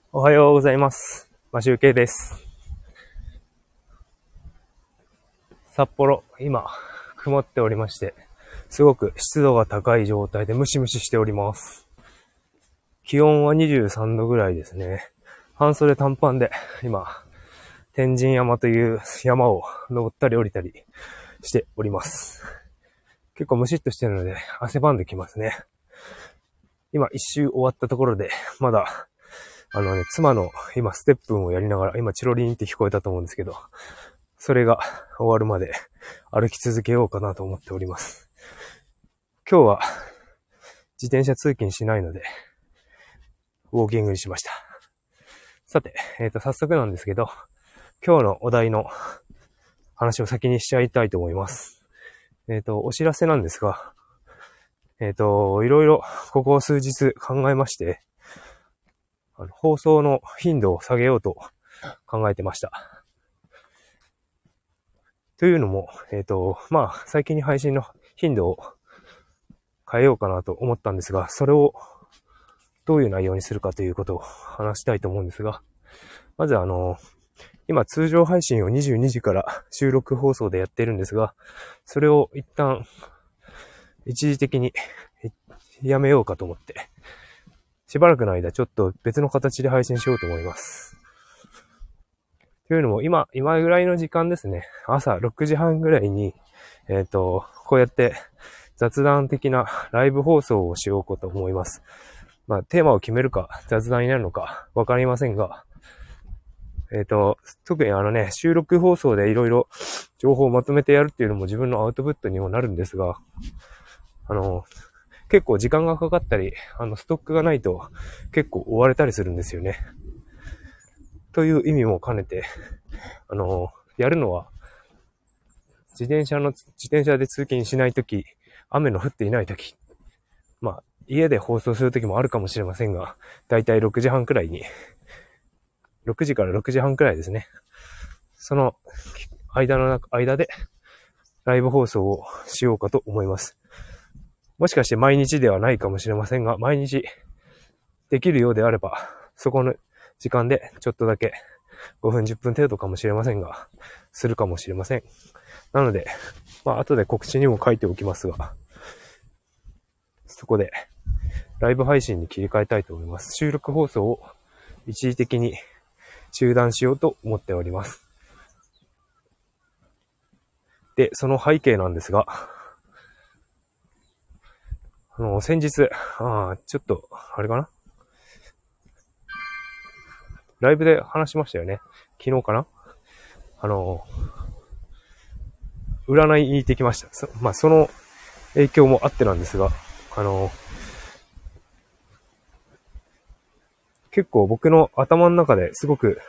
おはようございます。マシュウケイです。札幌、今、曇っておりまして、すごく湿度が高い状態でムシムシしております。気温は23度ぐらいですね。半袖短パンで、今、天神山という山を登ったり降りたりしております。結構ムシッとしてるので、汗ばんできますね。今、一周終わったところで、まだ、妻の今、ステップンをやりながら、今、チロリンって聞こえたと思うんですけど、それが終わるまで歩き続けようかなと思っております。今日は自転車通勤しないので、ウォーキングにしました。さて、早速なんですけど、今日のお題の話を先にしちゃいたいと思います。お知らせなんですが、いろいろここ数日考えまして、放送の頻度を下げようと考えてました。というのも、最近に配信の頻度を変えようかなと思ったんですが、それをどういう内容にするかということを話したいと思うんですが、まず今通常配信を22時から収録放送でやってるんですが、それを一旦一時的にやめようかと思って、しばらくの間ちょっと別の形で配信しようと思います。というのも今ぐらいの時間ですね。朝6時半ぐらいに、こうやって雑談的なライブ放送をしようかと思います。テーマを決めるか雑談になるのかわかりませんが、特に収録放送でいろいろ情報をまとめてやるっていうのも自分のアウトプットにもなるんですが、結構時間がかかったり、ストックがないと結構追われたりするんですよね。という意味も兼ねて、やるのは、自転車で通勤しないとき、雨の降っていないとき、家で放送するときもあるかもしれませんが、だいたい6時半くらいに、6時から6時半くらいですね。その間でライブ放送をしようかと思います。もしかして毎日ではないかもしれませんが、毎日できるようであれば、そこの時間でちょっとだけ5分10分程度かもしれませんが、するかもしれません。なので、後で告知にも書いておきますが、そこでライブ配信に切り替えたいと思います。収録放送を一時的に中断しようと思っております。で、その背景なんですが、先日、ちょっと、あれかなライブで話しましたよね。昨日かな占いに行ってきました。その影響もあってなんですが、結構僕の頭の中ですごく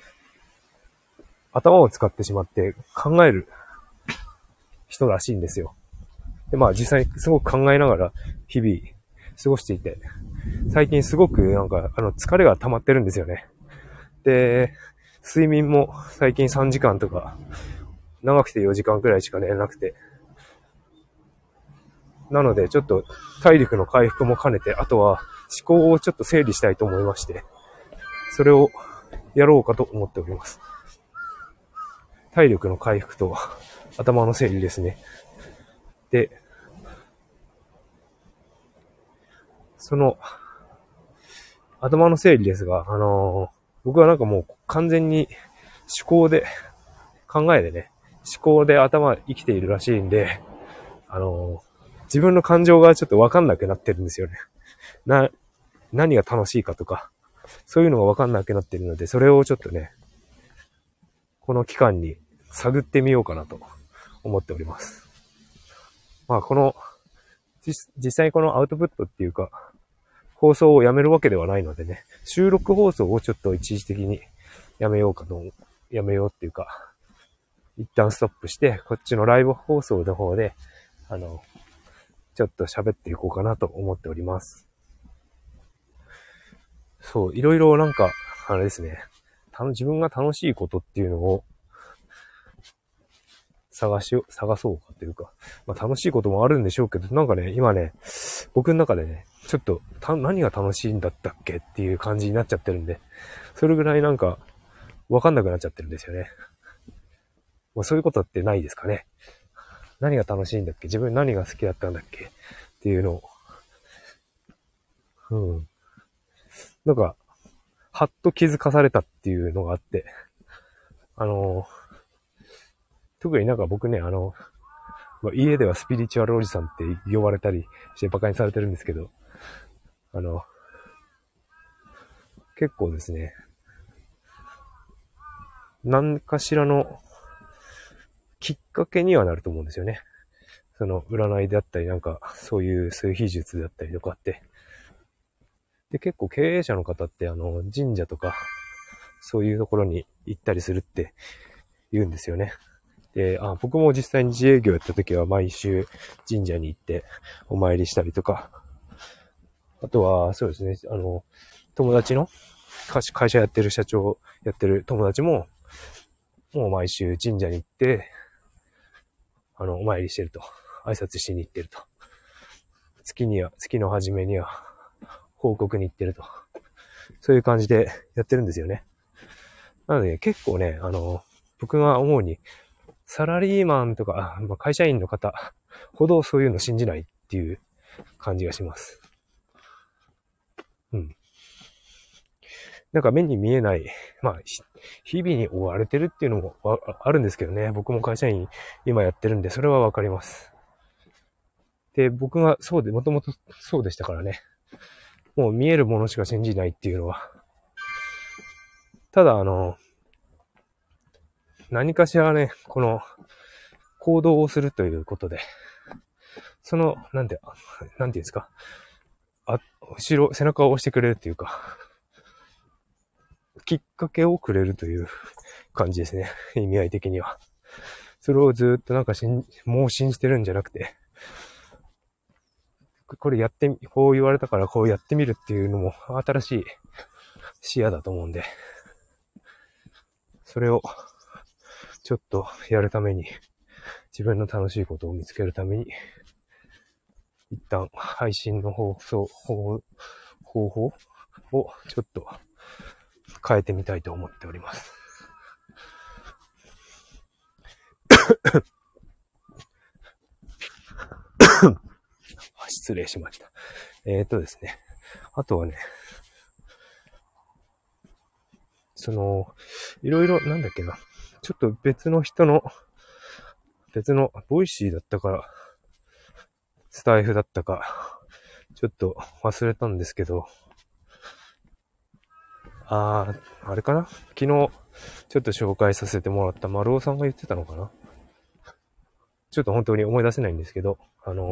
頭を使ってしまって考える人らしいんですよ。で、実際すごく考えながら日々過ごしていて、最近すごく疲れが溜まってるんですよね。で、睡眠も最近3時間とか、長くて4時間くらいしか寝れなくて。なのでちょっと体力の回復も兼ねて、あとは思考をちょっと整理したいと思いまして、それをやろうかと思っております。体力の回復と頭の整理ですね。で、その頭の整理ですが、僕はもう完全に考えでね、思考で頭生きているらしいんで、自分の感情がちょっとわかんなくなってるんですよね。何が楽しいかとか、そういうのがわかんなくなってるので、それをちょっとね、この期間に探ってみようかなと思っております。実際このアウトプットっていうか、放送をやめるわけではないのでね、収録放送をちょっと一時的にやめようっていうか、一旦ストップして、こっちのライブ放送の方で、ちょっと喋っていこうかなと思っております。そう、いろいろあれですね、自分が楽しいことっていうのを探そうかというか、楽しいこともあるんでしょうけど、今ね、僕の中でね、 ちょっと何が楽しいんだったっけっていう感じになっちゃってるんで、それぐらいなんかわかんなくなっちゃってるんですよね。もうそういうことってないですかね。何が楽しいんだっけ、自分何が好きだったんだっけっていうのを、なんか、はっと気づかされたっていうのがあって、特になんか僕ね、家ではスピリチュアルおじさんって呼ばれたりしてバカにされてるんですけど、結構ですね、何かしらのきっかけにはなると思うんですよね。その占いであったりなんか、そういう数秘術だったりとかって。で、結構経営者の方って神社とか、そういうところに行ったりするって言うんですよね。で、僕も実際に自営業やった時は毎週神社に行ってお参りしたりとか、あとは、そうですね、友達の会社やってる社長やってる友達も、もう毎週神社に行って、お参りしてると。挨拶しに行ってると。月の初めには報告に行ってると。そういう感じでやってるんですよね。なので結構ね、僕が思うに、サラリーマンとか、会社員の方ほどそういうの信じないっていう感じがします。なんか目に見えない、日々に追われてるっていうのもあるんですけどね。僕も会社員今やってるんで、それはわかります。で、僕がもともとそうでしたからね。もう見えるものしか信じないっていうのは。ただ何かしらね、この行動をするということで、なんていうんですか。背中を押してくれるっていうか、きっかけをくれるという感じですね。意味合い的には。それをずっとなんかもう信じてるんじゃなくて、これこう言われたからこうやってみるっていうのも新しい視野だと思うんで、それをちょっとやるために、自分の楽しいことを見つけるために、一旦配信の方法をちょっと変えてみたいと思っております。失礼しました。ですね。あとはね、いろいろ、なんだっけな。ちょっと別のボイシーだったか、スタイフだったか、ちょっと忘れたんですけど、あれかな？昨日、ちょっと紹介させてもらった丸尾さんが言ってたのかな？ちょっと本当に思い出せないんですけど、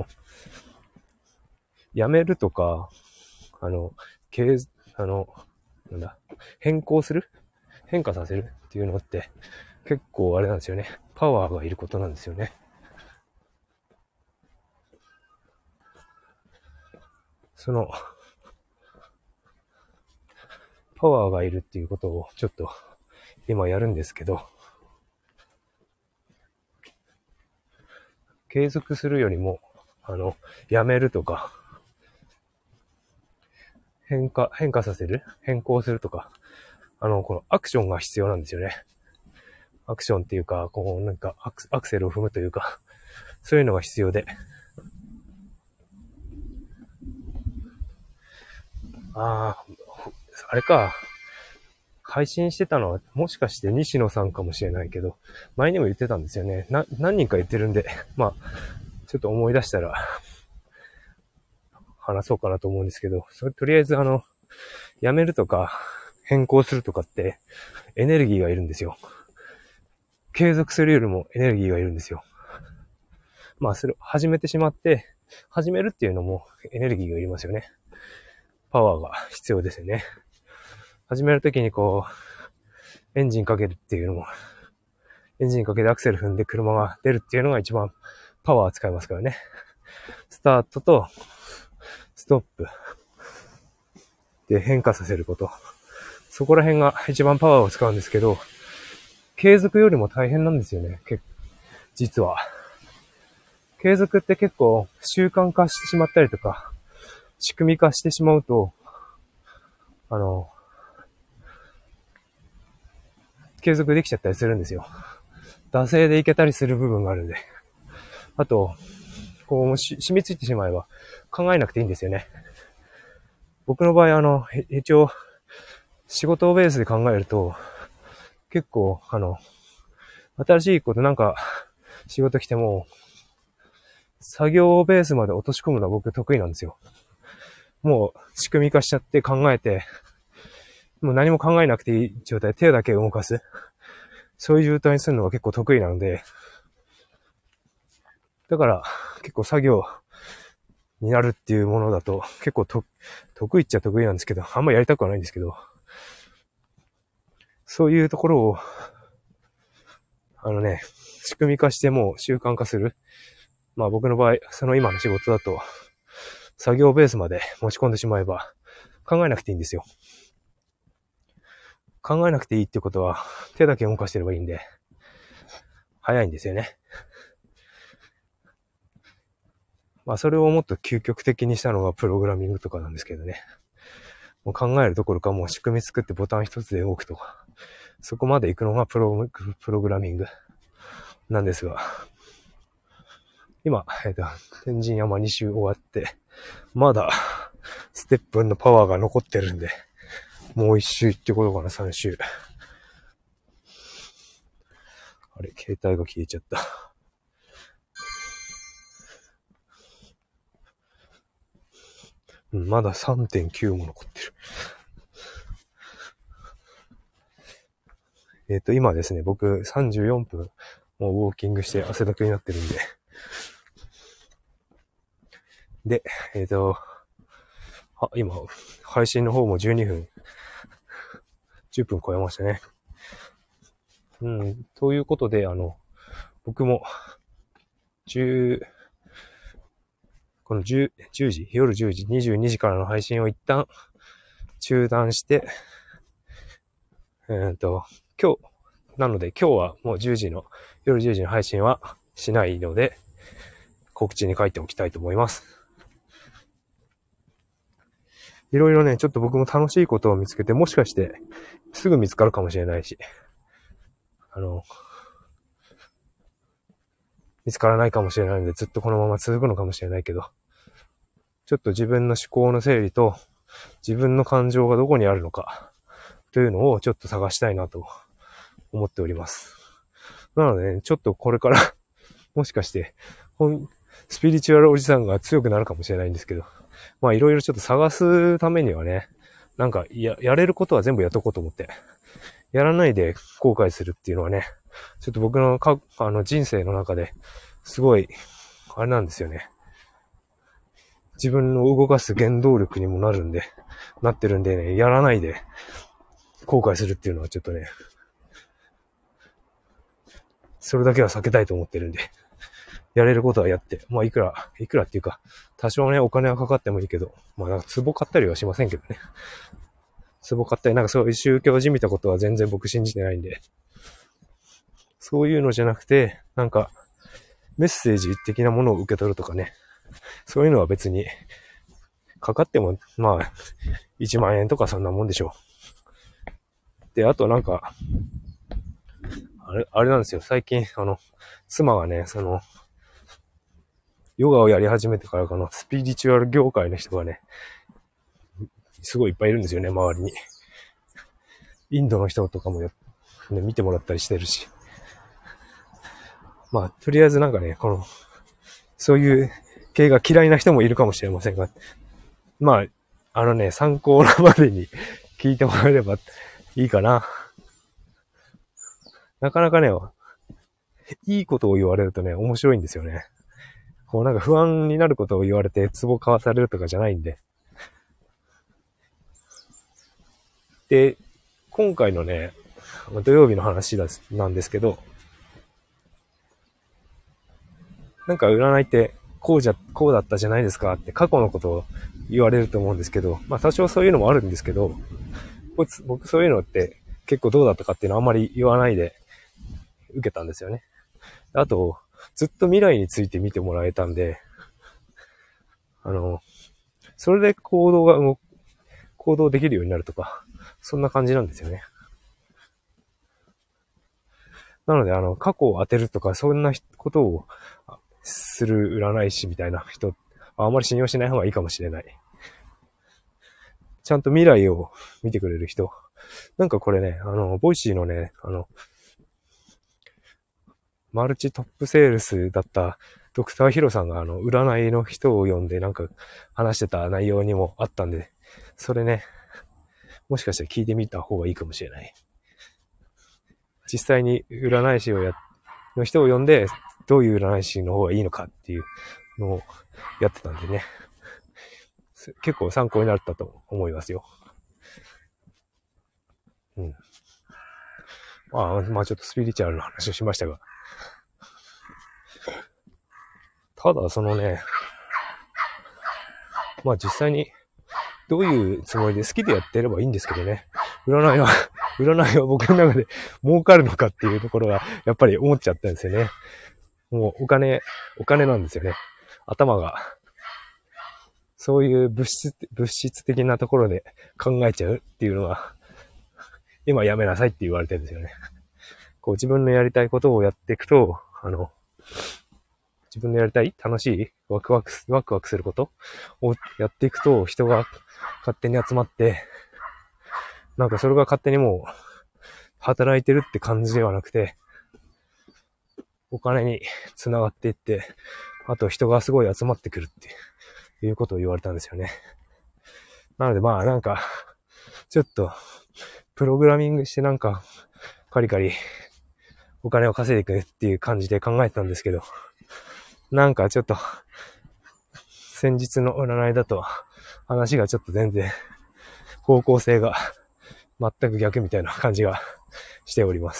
やめるとか、変化させるっていうのって結構あれなんですよね。パワーがいることなんですよね。パワーがいるっていうことをちょっと今やるんですけど、継続するよりも、やめるとか、変化させる、変更するとか、このアクションが必要なんですよね。アクションっていうか、なんかアクセルを踏むというか、そういうのが必要で。あれか。配信してたのは、もしかして西野さんかもしれないけど、前にも言ってたんですよね。何人か言ってるんで、ちょっと思い出したら、話そうかなと思うんですけど、とりあえずやめるとか、変更するとかって、エネルギーがいるんですよ。継続するよりもエネルギーがいるんですよ。それを始めてしまって、始めるっていうのもエネルギーがいりますよね。パワーが必要ですよね。始めるときにエンジンかけるっていうのも、エンジンかけてアクセル踏んで車が出るっていうのが一番パワー使いますからね。スタートとストップで変化させること。そこら辺が一番パワーを使うんですけど、継続よりも大変なんですよね。実は。継続って結構習慣化してしまったりとか、 仕組み化してしまうと、継続できちゃったりするんですよ。惰性でいけたりする部分があるんで。あと、こう、染みついてしまえば考えなくていいんですよね。僕の場合、一応、仕事ベースで考えると、結構、新しいことなんか仕事来ても、作業ベースまで落とし込むのは僕得意なんですよ。もう仕組み化しちゃって考えて、もう何も考えなくていい状態、手だけ動かす。そういう状態にするのが結構得意なので、だから結構作業になるっていうものだと結構得意っちゃ得意なんですけど、あんまやりたくはないんですけど、そういうところを、仕組み化してもう習慣化する。まあ僕の場合、その今の仕事だと、作業ベースまで持ち込んでしまえば、考えなくていいんですよ。考えなくていいってことは、手だけ動かしてればいいんで、早いんですよね。まあそれをもっと究極的にしたのがプログラミングとかなんですけどね。もう考えるどころかもう仕組み作ってボタン一つで動くとか、そこまで行くのがプログラミングなんですが、今、天神山2周終わって、まだステップのパワーが残ってるんで、もう1周行ってこようかな、3周。あれ、携帯が消えちゃった。まだ 3.9 も残ってる。今ですね、僕34分もうウォーキングして汗だくになってるんで。で、今、配信の方も12分、10分超えましたね。ということで、僕も、この10時、夜10時、22時からの配信を一旦中断して、なので今日はもう夜10時の配信はしないので、告知に書いておきたいと思います。いろいろね、ちょっと僕も楽しいことを見つけて、もしかしてすぐ見つかるかもしれないし、見つからないかもしれないので、ずっとこのまま続くのかもしれないけど、ちょっと自分の思考の整理と、自分の感情がどこにあるのか、というのをちょっと探したいなと思っております。なのでね、ちょっとこれからもしかして、スピリチュアルおじさんが強くなるかもしれないんですけど、まあいろいろちょっと探すためにはね、なんかやれることは全部やっとこうと思って、やらないで後悔するっていうのはね、ちょっと僕の人生の中ですごい、あれなんですよね。自分を動かす原動力にもなってるんでね、やらないで後悔するっていうのはちょっとね、それだけは避けたいと思ってるんで、やれることはやって、まあいくらっていうか、多少ね、お金はかかってもいいけど、まあなんか壺買ったりはしませんけどね。壺買ったり、なんかそういう宗教じみたことは全然僕信じてないんで、そういうのじゃなくて、なんか、メッセージ的なものを受け取るとかね、そういうのは別に、かかっても、まあ、1万円とかそんなもんでしょう。で、あとなんか、あれなんですよ。最近、妻がね、ヨガをやり始めてからかな、スピリチュアル業界の人がね、すごいいっぱいいるんですよね、周りに。インドの人とかも見てもらったりしてるし。まあ、とりあえずなんかね、そういう系が嫌いな人もいるかもしれませんが、まあ、参考なまでに聞いてもらえればいいかな。なかなかね、いいことを言われるとね、面白いんですよね。こうなんか不安になることを言われて、壺買わされるとかじゃないんで。で、今回のね、土曜日の話なんですけど、なんか占いってこうだったじゃないですかって過去のことを言われると思うんですけど、まあ多少そういうのもあるんですけど、僕そういうのって結構どうだったかっていうのはあんまり言わないで受けたんですよね。あと、ずっと未来について見てもらえたんで、 それで行動できるようになるとか、そんな感じなんですよね。なので、過去を当てるとか、そんなことをする占い師みたいな人、あまり信用しない方がいいかもしれない。ちゃんと未来を見てくれる人。なんかこれね、ボイシーのね、マルチトップセールスだったドクターヒロさんが占いの人を呼んでなんか話してた内容にもあったんで、それね、もしかしたら聞いてみた方がいいかもしれない。実際に占い師の人を呼んで、どういう占い師の方がいいのかっていうのをやってたんでね。結構参考になったと思いますよ。うん。まあちょっとスピリチュアルな話をしましたが。ただそのね、まあ実際にどういうつもりで好きでやってればいいんですけどね。占いは僕の中で儲かるのかっていうところはやっぱり思っちゃったんですよね。もうお金なんですよね。頭が。そういう物質的なところで考えちゃうっていうのは、今やめなさいって言われてるんですよね。こう自分のやりたいことをやっていくと、自分のやりたい楽しいワクワクすることをやっていくと、人が勝手に集まって、なんかそれが勝手にもう働いてるって感じではなくて、お金に繋がっていって、あと人がすごい集まってくるっていうことを言われたんですよね。なのでまあなんか、ちょっと、プログラミングしてなんか、カリカリお金を稼いでいくっていう感じで考えてたんですけど、なんかちょっと、先日の占いだと、話がちょっと全然、方向性が全く逆みたいな感じがしております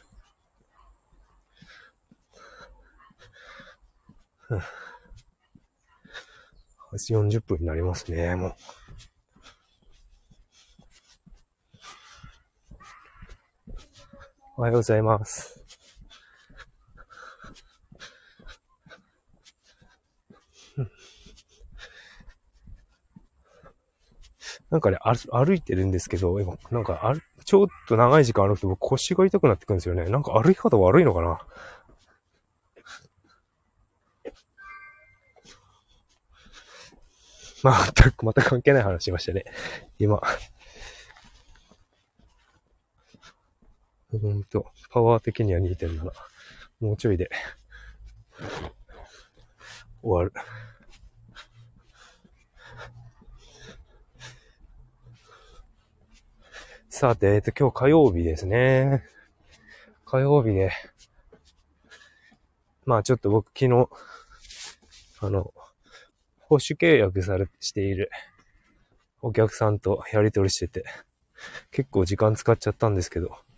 。40分になりますね、もう。おはようございます。なんかね、歩いてるんですけど、今、なんかちょっと長い時間歩くと腰が痛くなってくるんですよね。なんか歩き方悪いのかな。また関係ない話しましたね。今。パワー的には 2.7。もうちょいで終わる。さて、今日火曜日ですね。火曜日で、まあちょっと僕昨日、保守契約しているお客さんとやり取りしてて、結構時間使っちゃったんですけど、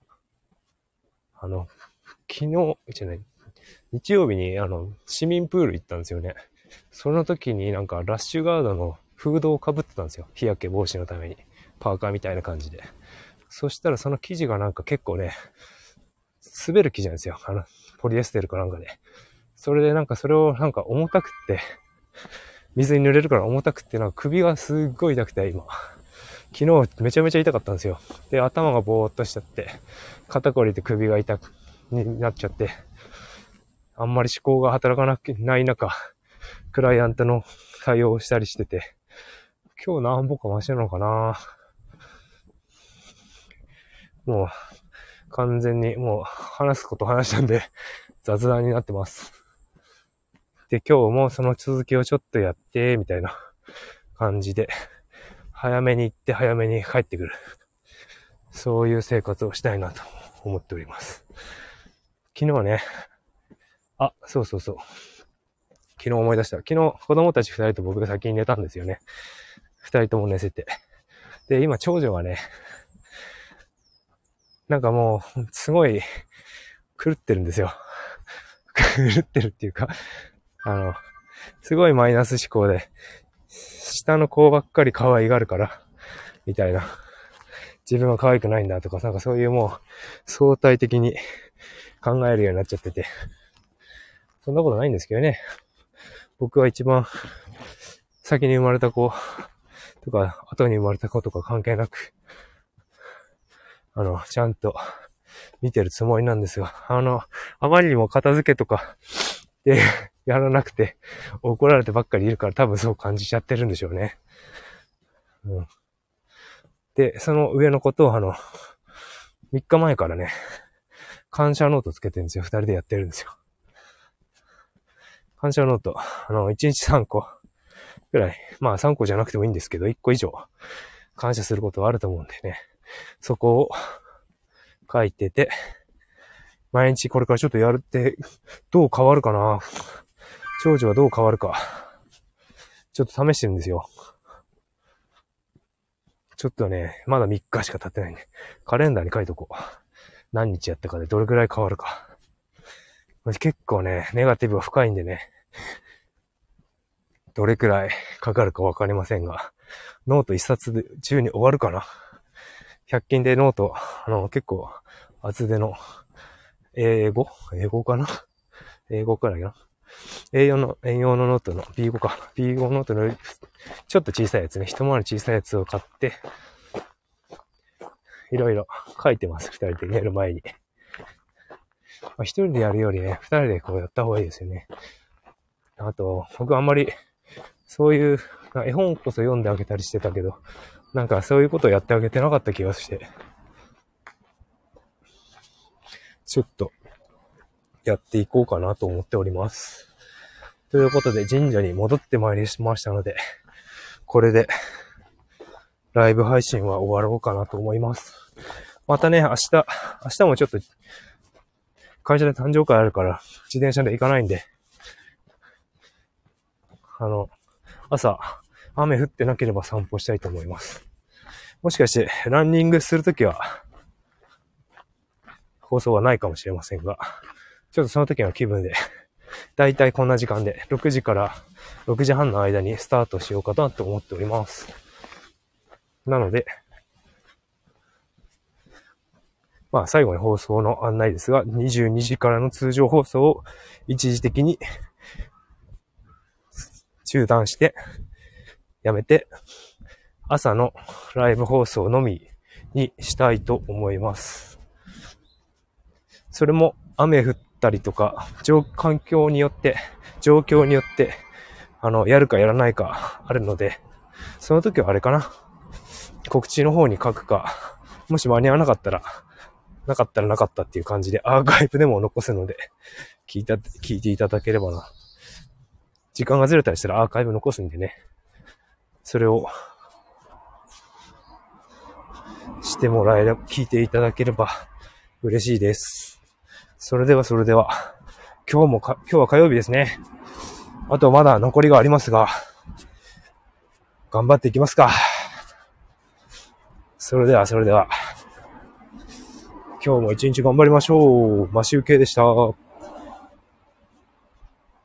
日曜日に市民プール行ったんですよね。その時になんかラッシュガードのフードを被ってたんですよ。日焼け防止のために。パーカーみたいな感じで。そしたらその生地がなんか結構ね、滑る生地なんですよ。ポリエステルかなんかで。それでなんかそれをなんか重たくって、水に濡れるから重たくって、なんか首がすっごい痛くて今。昨日めちゃめちゃ痛かったんですよ。で、頭がぼーっとしちゃって、肩こりで首が痛くになっちゃって、あんまり思考が働かない中、クライアントの対応をしたりしてて、今日何歩かマシなのかな。もう、完全にもう話したんで、雑談になってます。で、今日もその続きをちょっとやって、みたいな感じで、早めに行って早めに帰ってくる。そういう生活をしたいなと思っております。昨日ね、そう。昨日思い出した。昨日子供たち2人と僕が先に寝たんですよね。2人とも寝せて。で、今長女はね、なんかもう、すごい狂ってるんですよ。狂ってるっていうか、すごいマイナス思考で、下の子ばっかり可愛がるから、みたいな。自分は可愛くないんだとか、なんかそういうもう、相対的に考えるようになっちゃってて。そんなことないんですけどね。僕は一番先に生まれた子とか、後に生まれた子とか関係なく、ちゃんと見てるつもりなんですが、あまりにも片付けとかでやらなくて怒られてばっかりいるから多分そう感じちゃってるんでしょうね。うん、で、その上のことを3日前からね、感謝ノートつけてるんですよ。2人でやってるんですよ。感謝ノート、1日3個くらい、まあ3個じゃなくてもいいんですけど、1個以上感謝することはあると思うんでね。そこを書いてて、毎日これからちょっとやるって、どう変わるかな。長女はどう変わるか。ちょっと試してるんですよ。ちょっとね、まだ3日しか経ってないんで、カレンダーに書いとこう。何日やったかでどれくらい変わるか。結構ね、ネガティブが深いんでね、どれくらいかかるかわかりませんが、ノート1冊中に終わるかな。100均でノート、結構厚手の英語かな。英語くらいかな。A4 のノートの B5 か。B5 ノートのちょっと小さいやつね。一回り小さいやつを買って、いろいろ書いてます。二人で寝る前に。一人でやるよりね、二人でこうやった方がいいですよね。あと、僕あんまり、そういう、絵本こそ読んであげたりしてたけど、なんかそういうことをやってあげてなかった気がして、ちょっと、やっていこうかなと思っております。ということで、神社に戻ってまいりましたので、これで、ライブ配信は終わろうかなと思います。またね、明日もちょっと、会社で誕生会あるから、自転車で行かないんで、朝、雨降ってなければ散歩したいと思います。もしかして、ランニングするときは、放送はないかもしれませんが、ちょっとその時の気分で、だいたいこんな時間で、6時から6時半の間にスタートしようかなと思っております。なので、まあ最後に放送の案内ですが、22時からの通常放送を一時的に中断して、やめて、朝のライブ放送のみにしたいと思います。それも雨降ったりとか、状況によって、やるかやらないかあるので、その時はあれかな。告知の方に書くか、もし間に合わなかったら、なかったっていう感じでアーカイブでも残すので、聞いていただければな。時間がずれたりしたらアーカイブ残すんでね。それをしてもらえれば、聞いていただければ嬉しいです。それでは、今日は火曜日ですね。あとまだ残りがありますが、頑張っていきますか。それでは、今日も一日頑張りましょう。マシュウケイでした。